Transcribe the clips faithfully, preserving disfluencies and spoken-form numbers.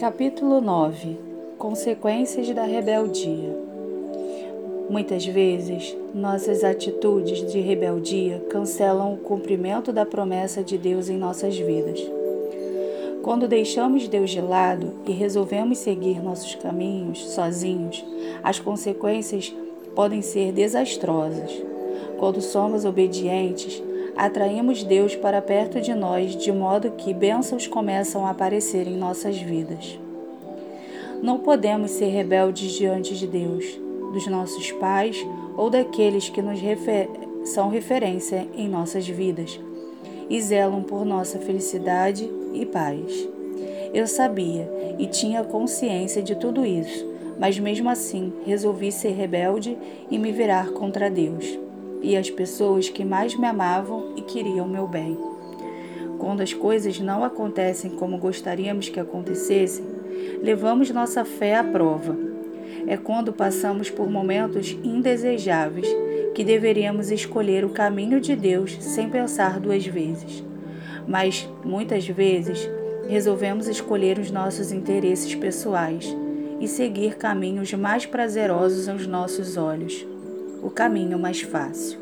Capítulo nove. Consequências da rebeldia. Muitas vezes, nossas atitudes de rebeldia cancelam o cumprimento da promessa de Deus em nossas vidas. Quando deixamos Deus de lado e resolvemos seguir nossos caminhos sozinhos, as consequências podem ser desastrosas. Quando somos obedientes, atraímos Deus para perto de nós, de modo que bênçãos começam a aparecer em nossas vidas. Não podemos ser rebeldes diante de Deus, dos nossos pais ou daqueles que nos refer- são referência em nossas vidas e zelam por nossa felicidade e paz. Eu sabia e tinha consciência de tudo isso, mas mesmo assim resolvi ser rebelde e me virar contra Deus e as pessoas que mais me amavam e queriam meu bem. Quando as coisas não acontecem como gostaríamos que acontecessem, levamos nossa fé à prova. É quando passamos por momentos indesejáveis que deveríamos escolher o caminho de Deus sem pensar duas vezes. Mas, muitas vezes, resolvemos escolher os nossos interesses pessoais e seguir caminhos mais prazerosos aos nossos olhos. O caminho mais fácil.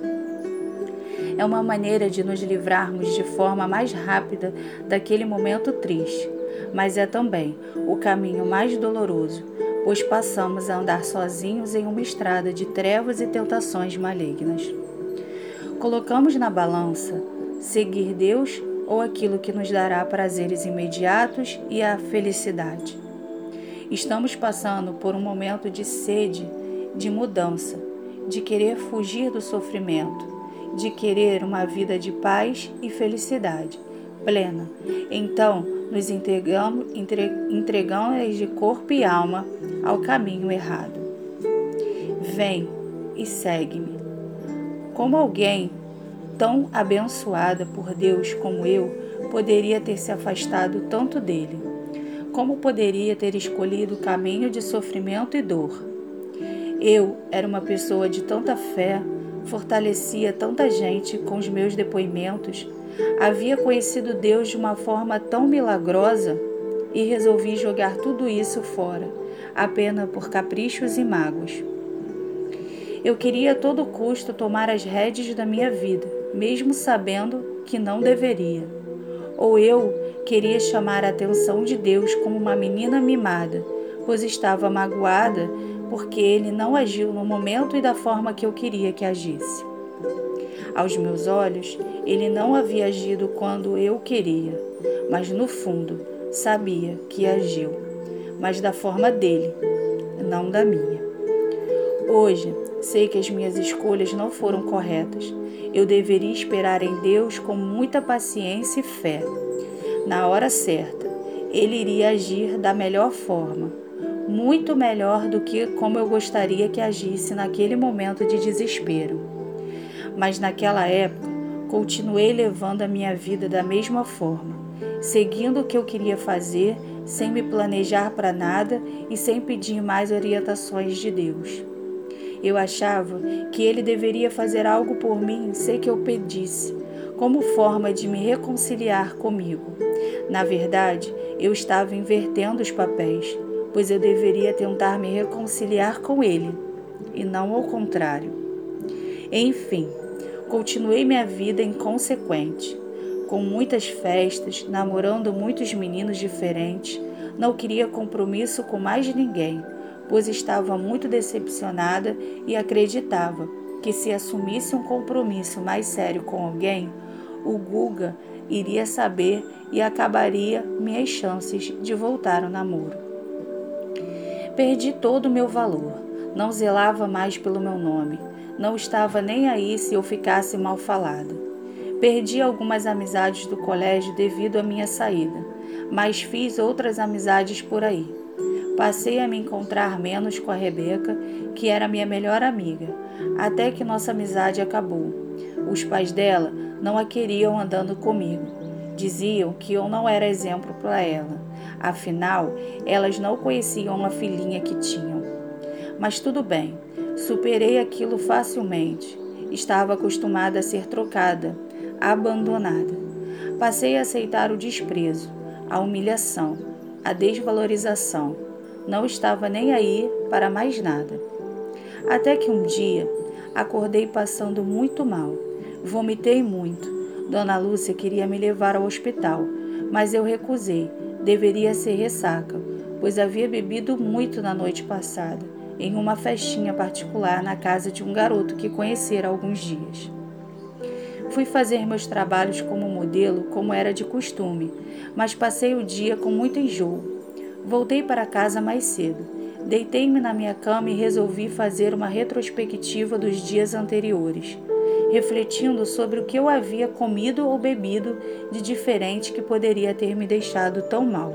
É uma maneira de nos livrarmos de forma mais rápida daquele momento triste, mas é também o caminho mais doloroso, pois passamos a andar sozinhos em uma estrada de trevas e tentações malignas. Colocamos na balança seguir Deus ou aquilo que nos dará prazeres imediatos e a felicidade. Estamos passando por um momento de sede, de mudança, de querer fugir do sofrimento, de querer uma vida de paz e felicidade plena. Então, nos entregamos, entre, entregamos de corpo e alma ao caminho errado. Vem e segue-me. Como alguém tão abençoada por Deus como eu poderia ter se afastado tanto dele? Como poderia ter escolhido o caminho de sofrimento e dor? Eu era uma pessoa de tanta fé, fortalecia tanta gente com os meus depoimentos, havia conhecido Deus de uma forma tão milagrosa e resolvi jogar tudo isso fora, apenas por caprichos e mágoas. Eu queria a todo custo tomar as rédeas da minha vida, mesmo sabendo que não deveria. Ou eu queria chamar a atenção de Deus como uma menina mimada, pois estava magoada porque ele não agiu no momento e da forma que eu queria que agisse. Aos meus olhos, ele não havia agido quando eu queria, mas no fundo sabia que agiu, mas da forma dele, não da minha. Hoje, sei que as minhas escolhas não foram corretas. Eu deveria esperar em Deus com muita paciência e fé. Na hora certa, ele iria agir da melhor forma, muito melhor do que como eu gostaria que agisse naquele momento de desespero. Mas naquela época, continuei levando a minha vida da mesma forma, seguindo o que eu queria fazer, sem me planejar para nada e sem pedir mais orientações de Deus. Eu achava que ele deveria fazer algo por mim sem que eu pedisse, como forma de me reconciliar comigo. Na verdade, eu estava invertendo os papéis, pois eu deveria tentar me reconciliar com ele, e não ao contrário. Enfim, continuei minha vida inconsequente, com muitas festas, namorando muitos meninos diferentes, não queria compromisso com mais ninguém, pois estava muito decepcionada e acreditava que se assumisse um compromisso mais sério com alguém, o Guga iria saber e acabaria minhas chances de voltar ao namoro. Perdi todo o meu valor, não zelava mais pelo meu nome, não estava nem aí se eu ficasse mal falada. Perdi algumas amizades do colégio devido à minha saída, mas fiz outras amizades por aí. Passei a me encontrar menos com a Rebeca, que era minha melhor amiga, até que nossa amizade acabou. Os pais dela não a queriam andando comigo. Diziam que eu não era exemplo para ela. Afinal, elas não conheciam a filhinha que tinham. Mas tudo bem, superei aquilo facilmente. Estava acostumada a ser trocada, abandonada. Passei a aceitar o desprezo, a humilhação. a desvalorização. Não estava nem aí para mais nada. Até que um dia, acordei passando muito mal. Vomitei muito. Dona Lúcia queria me levar ao hospital, mas eu recusei. Deveria ser ressaca, pois havia bebido muito na noite passada, em uma festinha particular na casa de um garoto que conhecera há alguns dias. Fui fazer meus trabalhos como modelo, como era de costume, mas passei o dia com muito enjoo. Voltei para casa mais cedo. Deitei-me na minha cama e resolvi fazer uma retrospectiva dos dias anteriores, refletindo sobre o que eu havia comido ou bebido de diferente que poderia ter me deixado tão mal.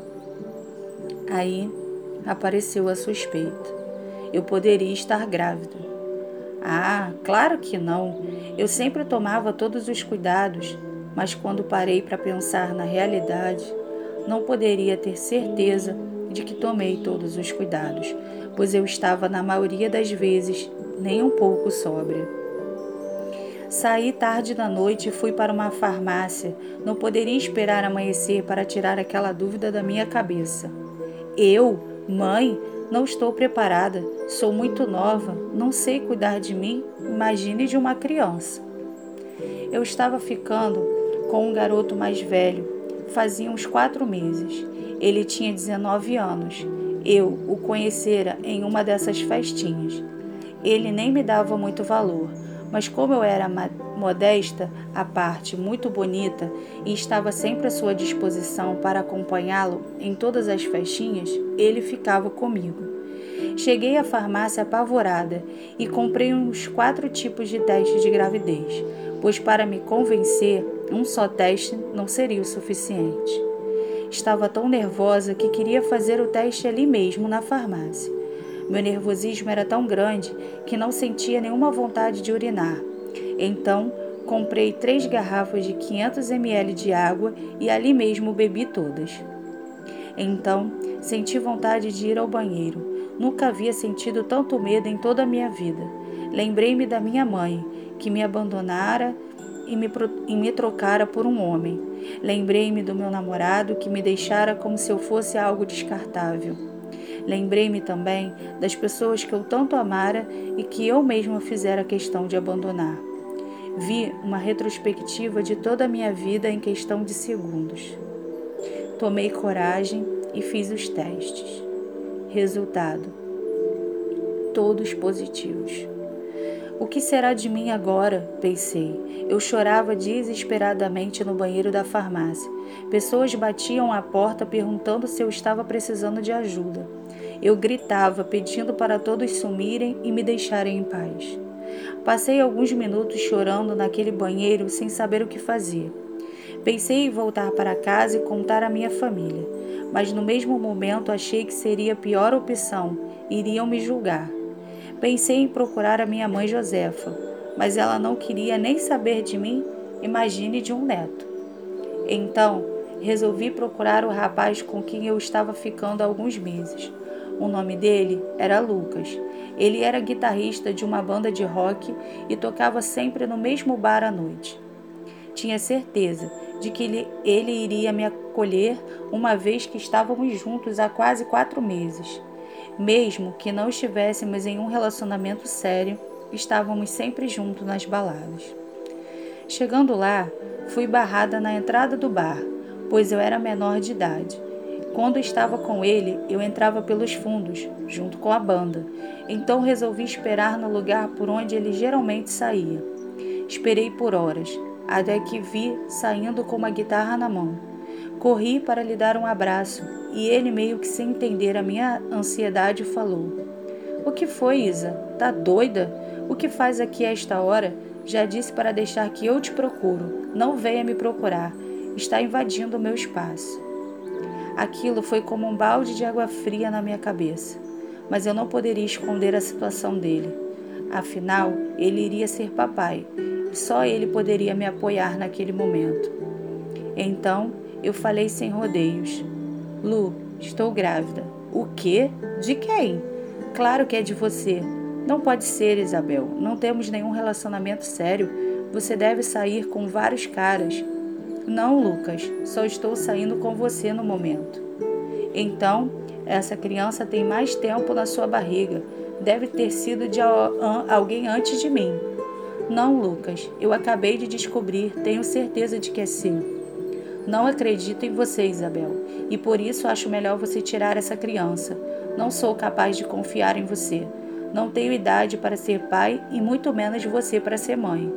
Aí apareceu a suspeita. Eu poderia estar grávida. Ah, claro que não. Eu sempre tomava todos os cuidados, mas quando parei para pensar na realidade, não poderia ter certeza de que tomei todos os cuidados, pois eu estava, na maioria das vezes, nem um pouco sóbria. Saí tarde da noite e fui para uma farmácia. Não poderia esperar amanhecer para tirar aquela dúvida da minha cabeça. Eu, mãe, não estou preparada, sou muito nova, não sei cuidar de mim, imagine de uma criança. Eu estava ficando com um garoto mais velho, fazia uns quatro meses. Ele tinha dezenove anos. Eu o conhecera em uma dessas festinhas. Ele nem me dava muito valor, mas como eu era modesta, à parte, muito bonita e estava sempre à sua disposição para acompanhá-lo em todas as festinhas, ele ficava comigo. Cheguei à farmácia apavorada e comprei uns quatro tipos de testes de gravidez, pois para me convencer, um só teste não seria o suficiente. Estava tão nervosa que queria fazer o teste ali mesmo na farmácia. Meu nervosismo era tão grande que não sentia nenhuma vontade de urinar. Então, comprei três garrafas de quinhentos mililitros de água e ali mesmo bebi todas. Então, senti vontade de ir ao banheiro. Nunca havia sentido tanto medo em toda a minha vida. Lembrei-me da minha mãe, que me abandonara e me, e me trocara por um homem. Lembrei-me do meu namorado, que me deixara como se eu fosse algo descartável. Lembrei-me também das pessoas que eu tanto amara e que eu mesma fizera questão de abandonar. Vi uma retrospectiva de toda a minha vida em questão de segundos. Tomei coragem e fiz os testes. Resultado: todos positivos. O que será de mim agora? Pensei. Eu chorava desesperadamente no banheiro da farmácia. Pessoas batiam à porta perguntando se eu estava precisando de ajuda. Eu gritava, pedindo para todos sumirem e me deixarem em paz. Passei alguns minutos chorando naquele banheiro sem saber o que fazer. Pensei em voltar para casa e contar à minha família, mas no mesmo momento achei que seria a pior opção, iriam me julgar. Pensei em procurar a minha mãe Josefa, mas ela não queria nem saber de mim, imagine de um neto. Então, resolvi procurar o rapaz com quem eu estava ficando há alguns meses. O nome dele era Lucas. Ele era guitarrista de uma banda de rock e tocava sempre no mesmo bar à noite. Tinha certeza de que ele, ele iria me acolher, uma vez que estávamos juntos há quase quatro meses. Mesmo que não estivéssemos em um relacionamento sério, estávamos sempre juntos nas baladas. Chegando lá, fui barrada na entrada do bar, pois eu era menor de idade. Quando estava com ele, eu entrava pelos fundos, junto com a banda. Então resolvi esperar no lugar por onde ele geralmente saía. Esperei por horas, até que vi saindo com uma guitarra na mão. Corri para lhe dar um abraço e ele, meio que sem entender a minha ansiedade, falou: "O que foi, Isa? Tá doida? O que faz aqui a esta hora? Já disse para deixar que eu te procuro. Não venha me procurar. Está invadindo o meu espaço." Aquilo foi como um balde de água fria na minha cabeça, mas eu não poderia esconder a situação dele. Afinal, ele iria ser papai, e só ele poderia me apoiar naquele momento. Então, eu falei sem rodeios: "Lu, estou grávida." "O quê? De quem?" "Claro que é de você." "Não pode ser, Isabel. Não temos nenhum relacionamento sério. Você deve sair com vários caras." "Não, Lucas. Só estou saindo com você no momento." Então, essa criança tem mais tempo na sua barriga. Deve ter sido de alguém antes de mim. Não, Lucas, eu acabei de descobrir, tenho certeza de que é seu. Não acredito em você, Isabel, e por isso acho melhor você tirar essa criança. Não sou capaz de confiar em você. Não tenho idade para ser pai e muito menos você para ser mãe.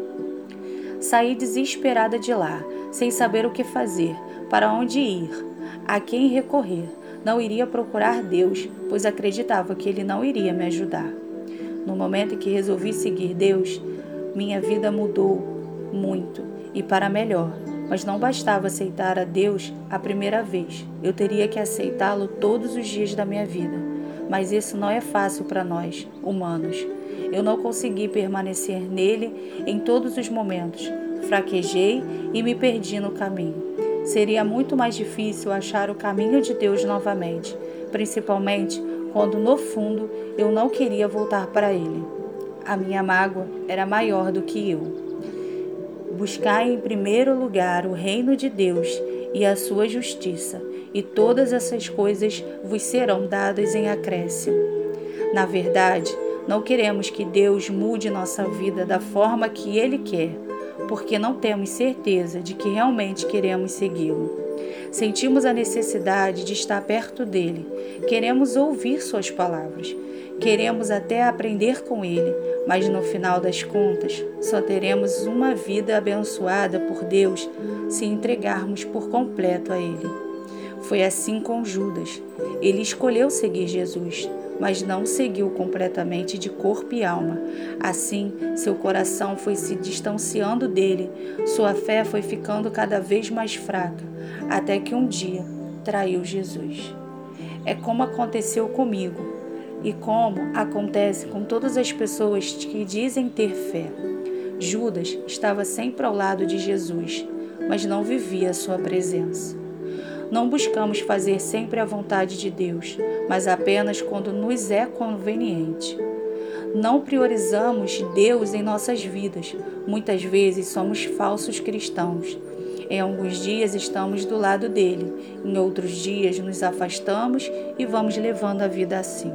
Saí desesperada de lá, sem saber o que fazer, para onde ir, a quem recorrer. Não iria procurar Deus, pois acreditava que Ele não iria me ajudar. No momento em que resolvi seguir Deus, minha vida mudou muito e para melhor. Mas não bastava aceitar a Deus a primeira vez. Eu teria que aceitá-lo todos os dias da minha vida. Mas isso não é fácil para nós, humanos. Eu não consegui permanecer nele em todos os momentos. Fraquejei e me perdi no caminho. Seria muito mais difícil achar o caminho de Deus novamente, principalmente quando, no fundo, eu não queria voltar para Ele. A minha mágoa era maior do que eu. Buscai em primeiro lugar o reino de Deus e a sua justiça, e todas essas coisas vos serão dadas em acréscimo. Na verdade, não queremos que Deus mude nossa vida da forma que Ele quer, porque não temos certeza de que realmente queremos segui-lo. Sentimos a necessidade de estar perto dele, queremos ouvir suas palavras, queremos até aprender com ele, mas no final das contas, só teremos uma vida abençoada por Deus se entregarmos por completo a ele. Foi assim com Judas. Ele escolheu seguir Jesus, mas não seguiu completamente de corpo e alma. Assim, seu coração foi se distanciando dele, sua fé foi ficando cada vez mais fraca, até que um dia traiu Jesus. É como aconteceu comigo e como acontece com todas as pessoas que dizem ter fé. Judas estava sempre ao lado de Jesus, mas não vivia a sua presença. Não buscamos fazer sempre a vontade de Deus, mas apenas quando nos é conveniente. Não priorizamos Deus em nossas vidas. Muitas vezes somos falsos cristãos. Em alguns dias estamos do lado dele, em outros dias nos afastamos e vamos levando a vida assim.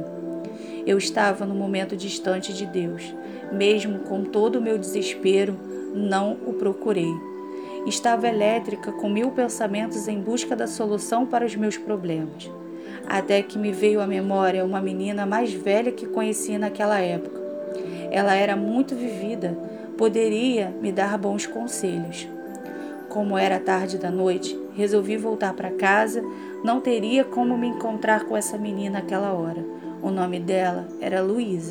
Eu estava num momento distante de Deus. Mesmo com todo o meu desespero, não o procurei. Estava elétrica com mil pensamentos em busca da solução para os meus problemas. Até que me veio à memória uma menina mais velha que conheci naquela época. Ela era muito vivida, poderia me dar bons conselhos. Como era tarde da noite, resolvi voltar para casa. Não teria como me encontrar com essa menina naquela hora. O nome dela era Luísa.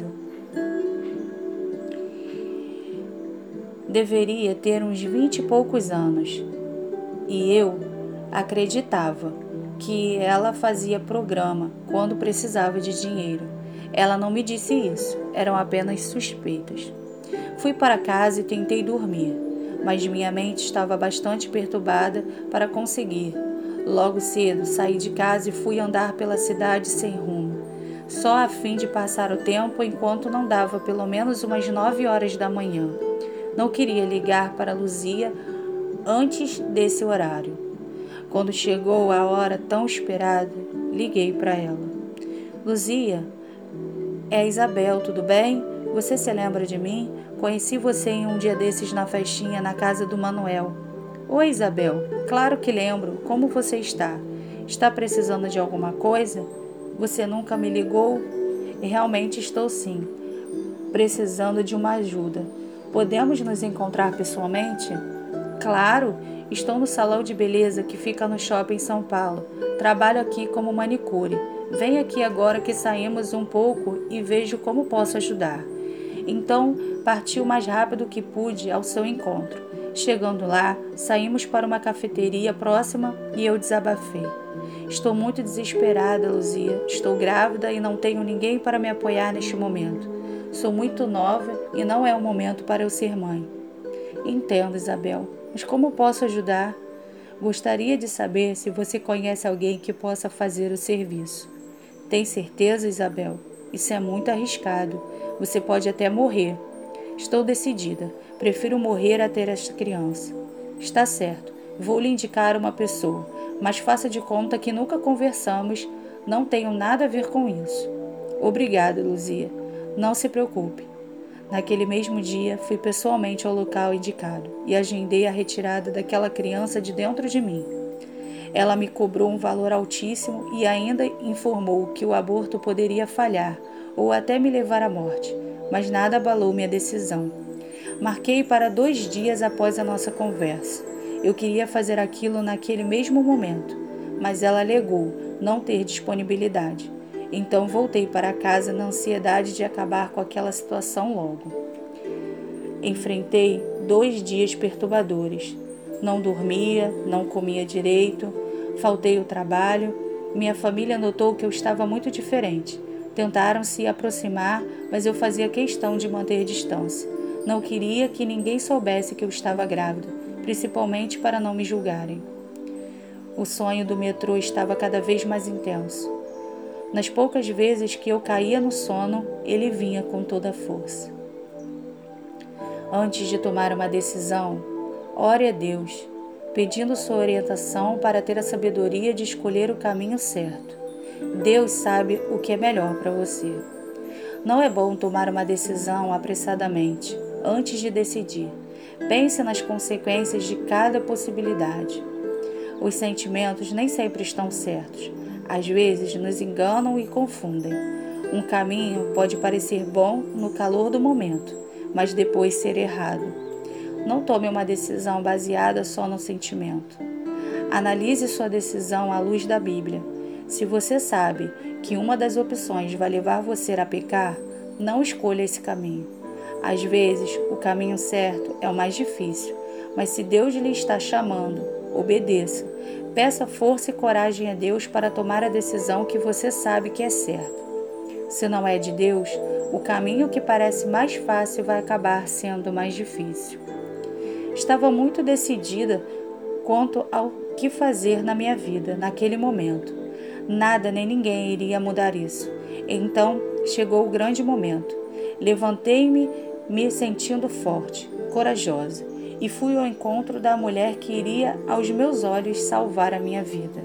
Deveria ter uns vinte e poucos anos. E eu acreditava que ela fazia programa quando precisava de dinheiro. Ela não me disse isso, eram apenas suspeitas. Fui para casa e tentei dormir, mas minha mente estava bastante perturbada para conseguir. Logo cedo saí de casa e fui andar pela cidade sem rumo, só a fim de passar o tempo enquanto não dava pelo menos umas nove horas da manhã. Não queria ligar para Luzia antes desse horário. Quando chegou a hora tão esperada, liguei para ela. Luzia, é Isabel, tudo bem? Você se lembra de mim? Conheci você em um dia desses na festinha na casa do Manuel. Oi, Isabel. Claro que lembro. Como você está? Está precisando de alguma coisa? Você nunca me ligou? Realmente estou sim, precisando de uma ajuda. Podemos nos encontrar pessoalmente? Claro, estou no salão de beleza que fica no shopping São Paulo. Trabalho aqui como manicure. Vem aqui agora que saímos um pouco e vejo como posso ajudar. Então, parti o mais rápido que pude ao seu encontro. Chegando lá, saímos para uma cafeteria próxima e eu desabafei. Estou muito desesperada, Luzia. Estou grávida e não tenho ninguém para me apoiar neste momento. Sou muito nova e não é o momento para eu ser mãe. Entendo, Isabel, mas como posso ajudar? Gostaria de saber se você conhece alguém que possa fazer o serviço. Tem certeza, Isabel? Isso é muito arriscado. Você pode até morrer. Estou decidida. Prefiro morrer a ter esta criança. Está certo. Vou lhe indicar uma pessoa, mas faça de conta que nunca conversamos, não tenho nada a ver com isso. Obrigada, Luzia. Não se preocupe. Naquele mesmo dia, fui pessoalmente ao local indicado e agendei a retirada daquela criança de dentro de mim. Ela me cobrou um valor altíssimo e ainda informou que o aborto poderia falhar ou até me levar à morte, mas nada abalou minha decisão. Marquei para dois dias após a nossa conversa. Eu queria fazer aquilo naquele mesmo momento, mas ela alegou não ter disponibilidade. Então voltei para casa na ansiedade de acabar com aquela situação logo. Enfrentei dois dias perturbadores. Não dormia, não comia direito, faltei ao trabalho. Minha família notou que eu estava muito diferente. Tentaram se aproximar, mas eu fazia questão de manter distância. Não queria que ninguém soubesse que eu estava grávida, principalmente para não me julgarem. O sonho do metrô estava cada vez mais intenso. Nas poucas vezes que eu caía no sono, ele vinha com toda a força. Antes de tomar uma decisão, ore a Deus, pedindo sua orientação para ter a sabedoria de escolher o caminho certo. Deus sabe o que é melhor para você. Não é bom tomar uma decisão apressadamente, antes de decidir. Pense nas consequências de cada possibilidade. Os sentimentos nem sempre estão certos. Às vezes nos enganam e confundem. Um caminho pode parecer bom no calor do momento, mas depois ser errado. Não tome uma decisão baseada só no sentimento. Analise sua decisão à luz da Bíblia. Se você sabe que uma das opções vai levar você a pecar, não escolha esse caminho. Às vezes, o caminho certo é o mais difícil, mas se Deus lhe está chamando, obedeça. Peça força e coragem a Deus para tomar a decisão que você sabe que é certa. Se não é de Deus, o caminho que parece mais fácil vai acabar sendo mais difícil. Estava muito decidida quanto ao que fazer na minha vida naquele momento. Nada nem ninguém iria mudar isso. Então chegou o grande momento. Levantei-me, me sentindo forte, corajosa, e fui ao encontro da mulher que iria, aos meus olhos, salvar a minha vida.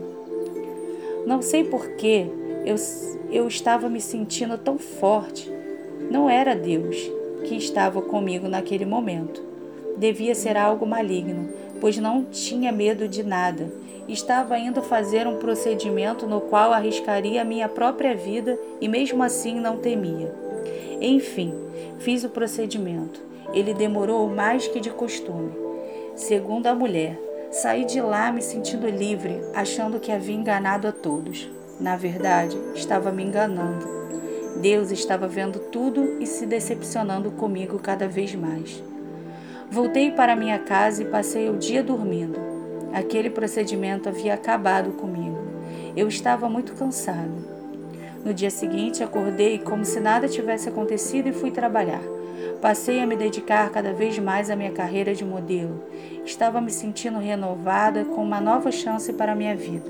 Não sei por que eu, eu estava me sentindo tão forte. Não era Deus que estava comigo naquele momento. Devia ser algo maligno, pois não tinha medo de nada. Estava indo fazer um procedimento no qual arriscaria a minha própria vida e mesmo assim não temia. Enfim, fiz o procedimento. Ele demorou mais que de costume. Segundo a mulher, saí de lá me sentindo livre, achando que havia enganado a todos. Na verdade, estava me enganando. Deus estava vendo tudo e se decepcionando comigo cada vez mais. Voltei para minha casa e passei o dia dormindo. Aquele procedimento havia acabado comigo. Eu estava muito cansada. No dia seguinte, acordei como se nada tivesse acontecido e fui trabalhar. Passei a me dedicar cada vez mais à minha carreira de modelo. Estava me sentindo renovada, com uma nova chance para a minha vida.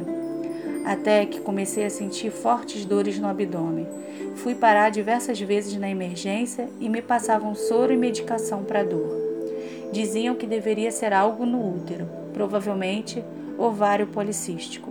Até que comecei a sentir fortes dores no abdômen. Fui parar diversas vezes na emergência e me passavam soro e medicação para a dor. Diziam que deveria ser algo no útero, provavelmente ovário policístico.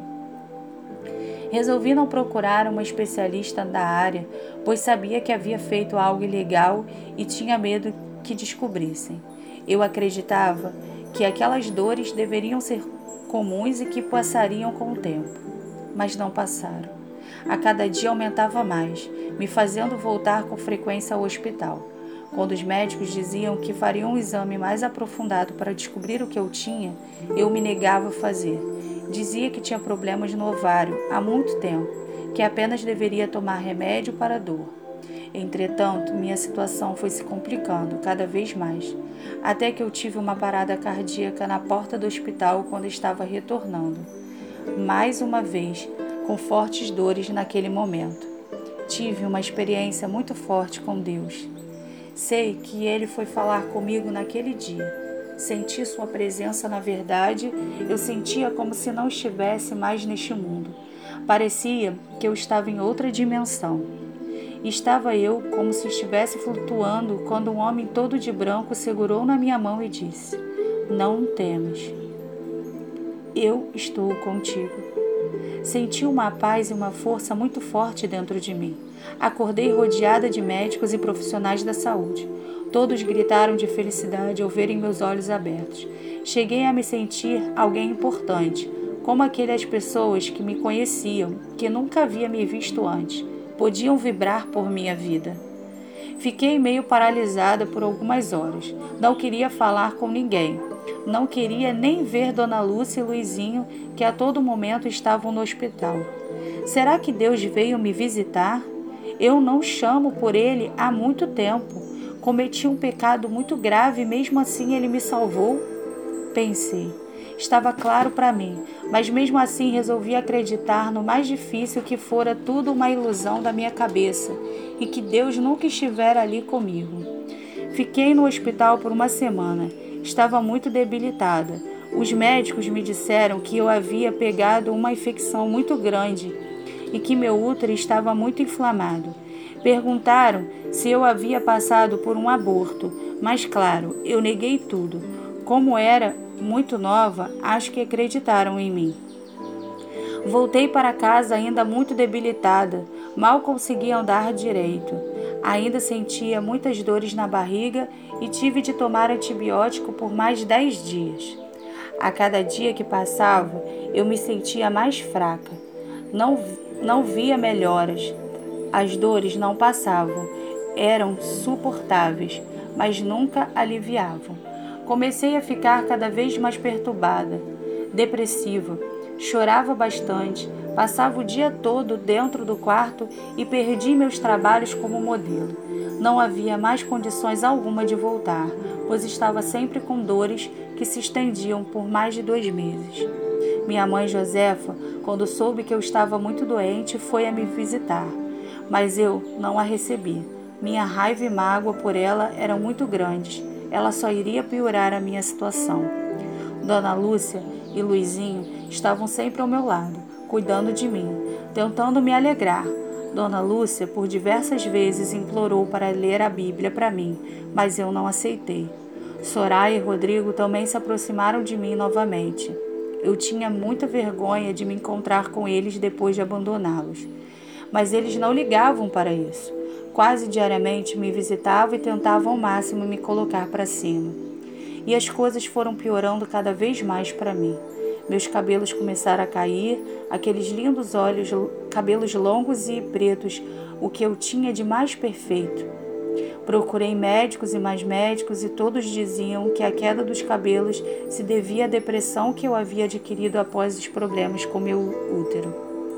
Resolvi não procurar uma especialista da área, pois sabia que havia feito algo ilegal e tinha medo que descobrissem. Eu acreditava que aquelas dores deveriam ser comuns e que passariam com o tempo, mas não passaram. A cada dia aumentava mais, me fazendo voltar com frequência ao hospital. Quando os médicos diziam que fariam um exame mais aprofundado para descobrir o que eu tinha, eu me negava a fazer. Dizia que tinha problemas no ovário há muito tempo, que apenas deveria tomar remédio para a dor. Entretanto, minha situação foi se complicando cada vez mais, até que eu tive uma parada cardíaca na porta do hospital quando estava retornando. Mais uma vez, com fortes dores naquele momento. Tive uma experiência muito forte com Deus. Sei que Ele foi falar comigo naquele dia. Senti sua presença na verdade, eu sentia como se não estivesse mais neste mundo. Parecia que eu estava em outra dimensão. Estava eu como se estivesse flutuando quando um homem todo de branco segurou na minha mão e disse: "Não temas. eu estou contigo. Senti uma paz e uma força muito forte dentro de mim. Acordei rodeada de médicos e profissionais da saúde. Todos gritaram de felicidade ao verem meus olhos abertos. Cheguei a me sentir alguém importante, como aquelas pessoas que me conheciam, que nunca havia me visto antes, podiam vibrar por minha vida. Fiquei meio paralisada por algumas horas. Não queria falar com ninguém. Não queria nem ver Dona Lúcia e Luizinho, que a todo momento estavam no hospital. Será que Deus veio me visitar? Eu não chamo por Ele há muito tempo. Cometi um pecado muito grave e mesmo assim Ele me salvou? Pensei. Estava claro para mim, mas mesmo assim resolvi acreditar no mais difícil, que fora tudo uma ilusão da minha cabeça e que Deus nunca estivera ali comigo. Fiquei no hospital por uma semana. Estava muito debilitada. Os médicos me disseram que eu havia pegado uma infecção muito grande e que meu útero estava muito inflamado. Perguntaram se eu havia passado por um aborto, mas claro, eu neguei tudo. Como era muito nova, acho que acreditaram em mim. Voltei para casa ainda muito debilitada, mal conseguia andar direito. Ainda sentia muitas dores na barriga e tive de tomar antibiótico por mais de dez dias. A cada dia que passava, eu me sentia mais fraca. Não, não via melhoras. As dores não passavam, eram suportáveis, mas nunca aliviavam. Comecei a ficar cada vez mais perturbada, depressiva. Chorava bastante, passava o dia todo dentro do quarto e perdi meus trabalhos como modelo. Não havia mais condições alguma de voltar, pois estava sempre com dores que se estendiam por mais de dois meses. Minha mãe Josefa, quando soube que eu estava muito doente, foi a me visitar, mas eu não a recebi. Minha raiva e mágoa por ela eram muito grandes. Ela só iria piorar a minha situação. Dona Lúcia e Luizinho estavam sempre ao meu lado, cuidando de mim, tentando me alegrar. Dona Lúcia, por diversas vezes, implorou para ler a Bíblia para mim, mas eu não aceitei. Soraya e Rodrigo também se aproximaram de mim novamente. Eu tinha muita vergonha de me encontrar com eles depois de abandoná-los, mas eles não ligavam para isso. Quase diariamente me visitavam e tentavam ao máximo me colocar para cima. E as coisas foram piorando cada vez mais para mim. Meus cabelos começaram a cair, aqueles lindos olhos, cabelos longos e pretos, o que eu tinha de mais perfeito. Procurei médicos e mais médicos e todos diziam que a queda dos cabelos se devia à depressão que eu havia adquirido após os problemas com meu útero.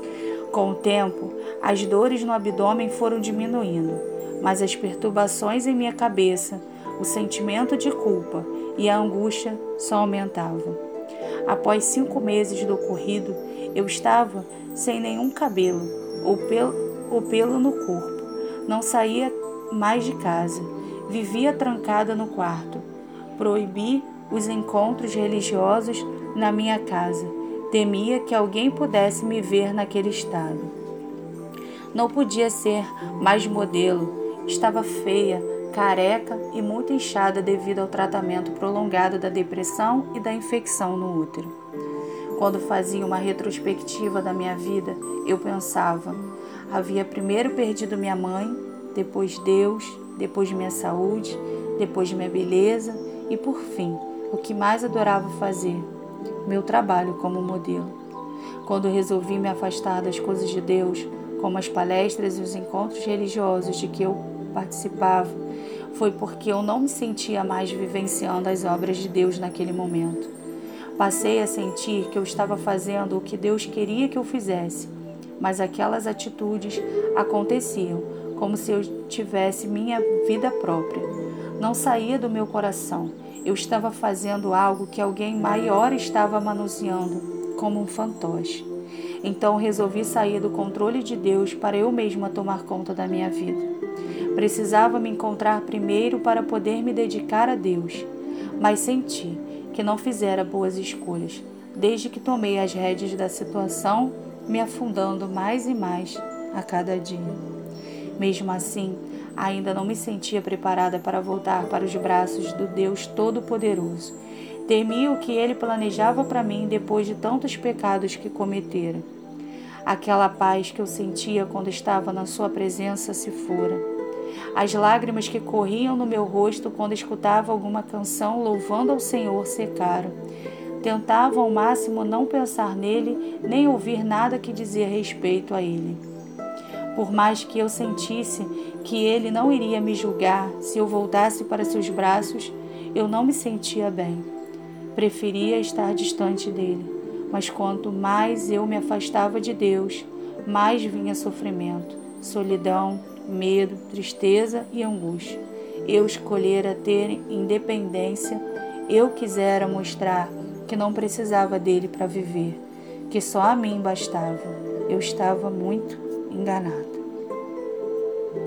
Com o tempo, as dores no abdômen foram diminuindo, mas as perturbações em minha cabeça, o sentimento de culpa e a angústia só aumentavam. Após cinco meses do ocorrido, eu estava sem nenhum cabelo ou pelo, ou pelo no corpo. Não saía mais de casa. Vivia trancada no quarto. Proibi os encontros religiosos na minha casa. Temia que alguém pudesse me ver naquele estado. Não podia ser mais modelo. Estava feia, careca e muito inchada devido ao tratamento prolongado da depressão e da infecção no útero. Quando fazia uma retrospectiva da minha vida, eu pensava: havia primeiro perdido minha mãe, depois Deus, depois minha saúde, depois minha beleza e, por fim, o que mais adorava fazer, meu trabalho como modelo. Quando resolvi me afastar das coisas de Deus, como as palestras e os encontros religiosos de que eu participava, foi porque eu não me sentia mais vivenciando as obras de Deus naquele momento. Passei a sentir que eu estava fazendo o que Deus queria que eu fizesse, mas aquelas atitudes aconteciam como se eu tivesse minha vida própria. Não saía do meu coração. Eu estava fazendo algo que alguém maior estava manuseando, como um fantoche. Então resolvi sair do controle de Deus para eu mesma tomar conta da minha vida. Precisava me encontrar primeiro para poder me dedicar a Deus, mas senti que não fizera boas escolhas, desde que tomei as rédeas da situação, me afundando mais e mais a cada dia. Mesmo assim, ainda não me sentia preparada para voltar para os braços do Deus Todo-Poderoso. Temi o que ele planejava para mim depois de tantos pecados que cometera. Aquela paz que eu sentia quando estava na sua presença se fora. As lágrimas que corriam no meu rosto quando escutava alguma canção louvando ao Senhor secaram. Tentava ao máximo não pensar nele, nem ouvir nada que dizia respeito a ele. Por mais que eu sentisse que ele não iria me julgar se eu voltasse para seus braços, eu não me sentia bem. Preferia estar distante dele, mas quanto mais eu me afastava de Deus, mais vinha sofrimento, solidão, medo, tristeza e angústia. Eu escolhera ter independência, eu quisera mostrar que não precisava dele para viver, que só a mim bastava. Eu estava muito enganado.